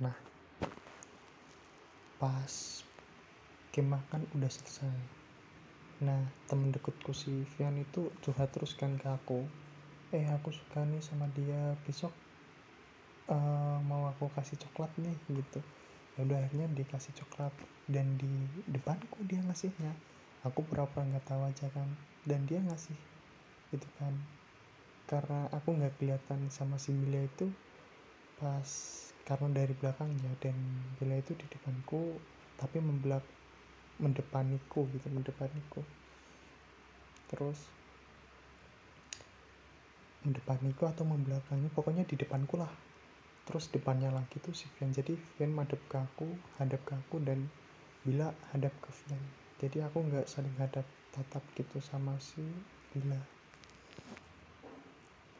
Nah, pas game makan udah selesai. Nah, temen deketku si Vian itu curhat terus kan ke aku. Aku suka nih sama dia, besok mau aku kasih coklat nih gitu. Ya udah, akhirnya dikasih coklat dan di depanku dia ngasihnya. Aku pura-pura nggak tahu aja kan, dan dia ngasih gitu kan. Karena aku nggak kelihatan sama si Bella itu pas, karena dari belakangnya, dan Bella itu di depanku tapi mendepaniku. Terus mendepaniku atau membelakangi, pokoknya di depanku lah. Terus depannya lagi tuh si Vian. Jadi Vian hadap ke aku, dan Bila hadap ke Vian. Jadi aku nggak saling hadap tatap gitu sama si Bila.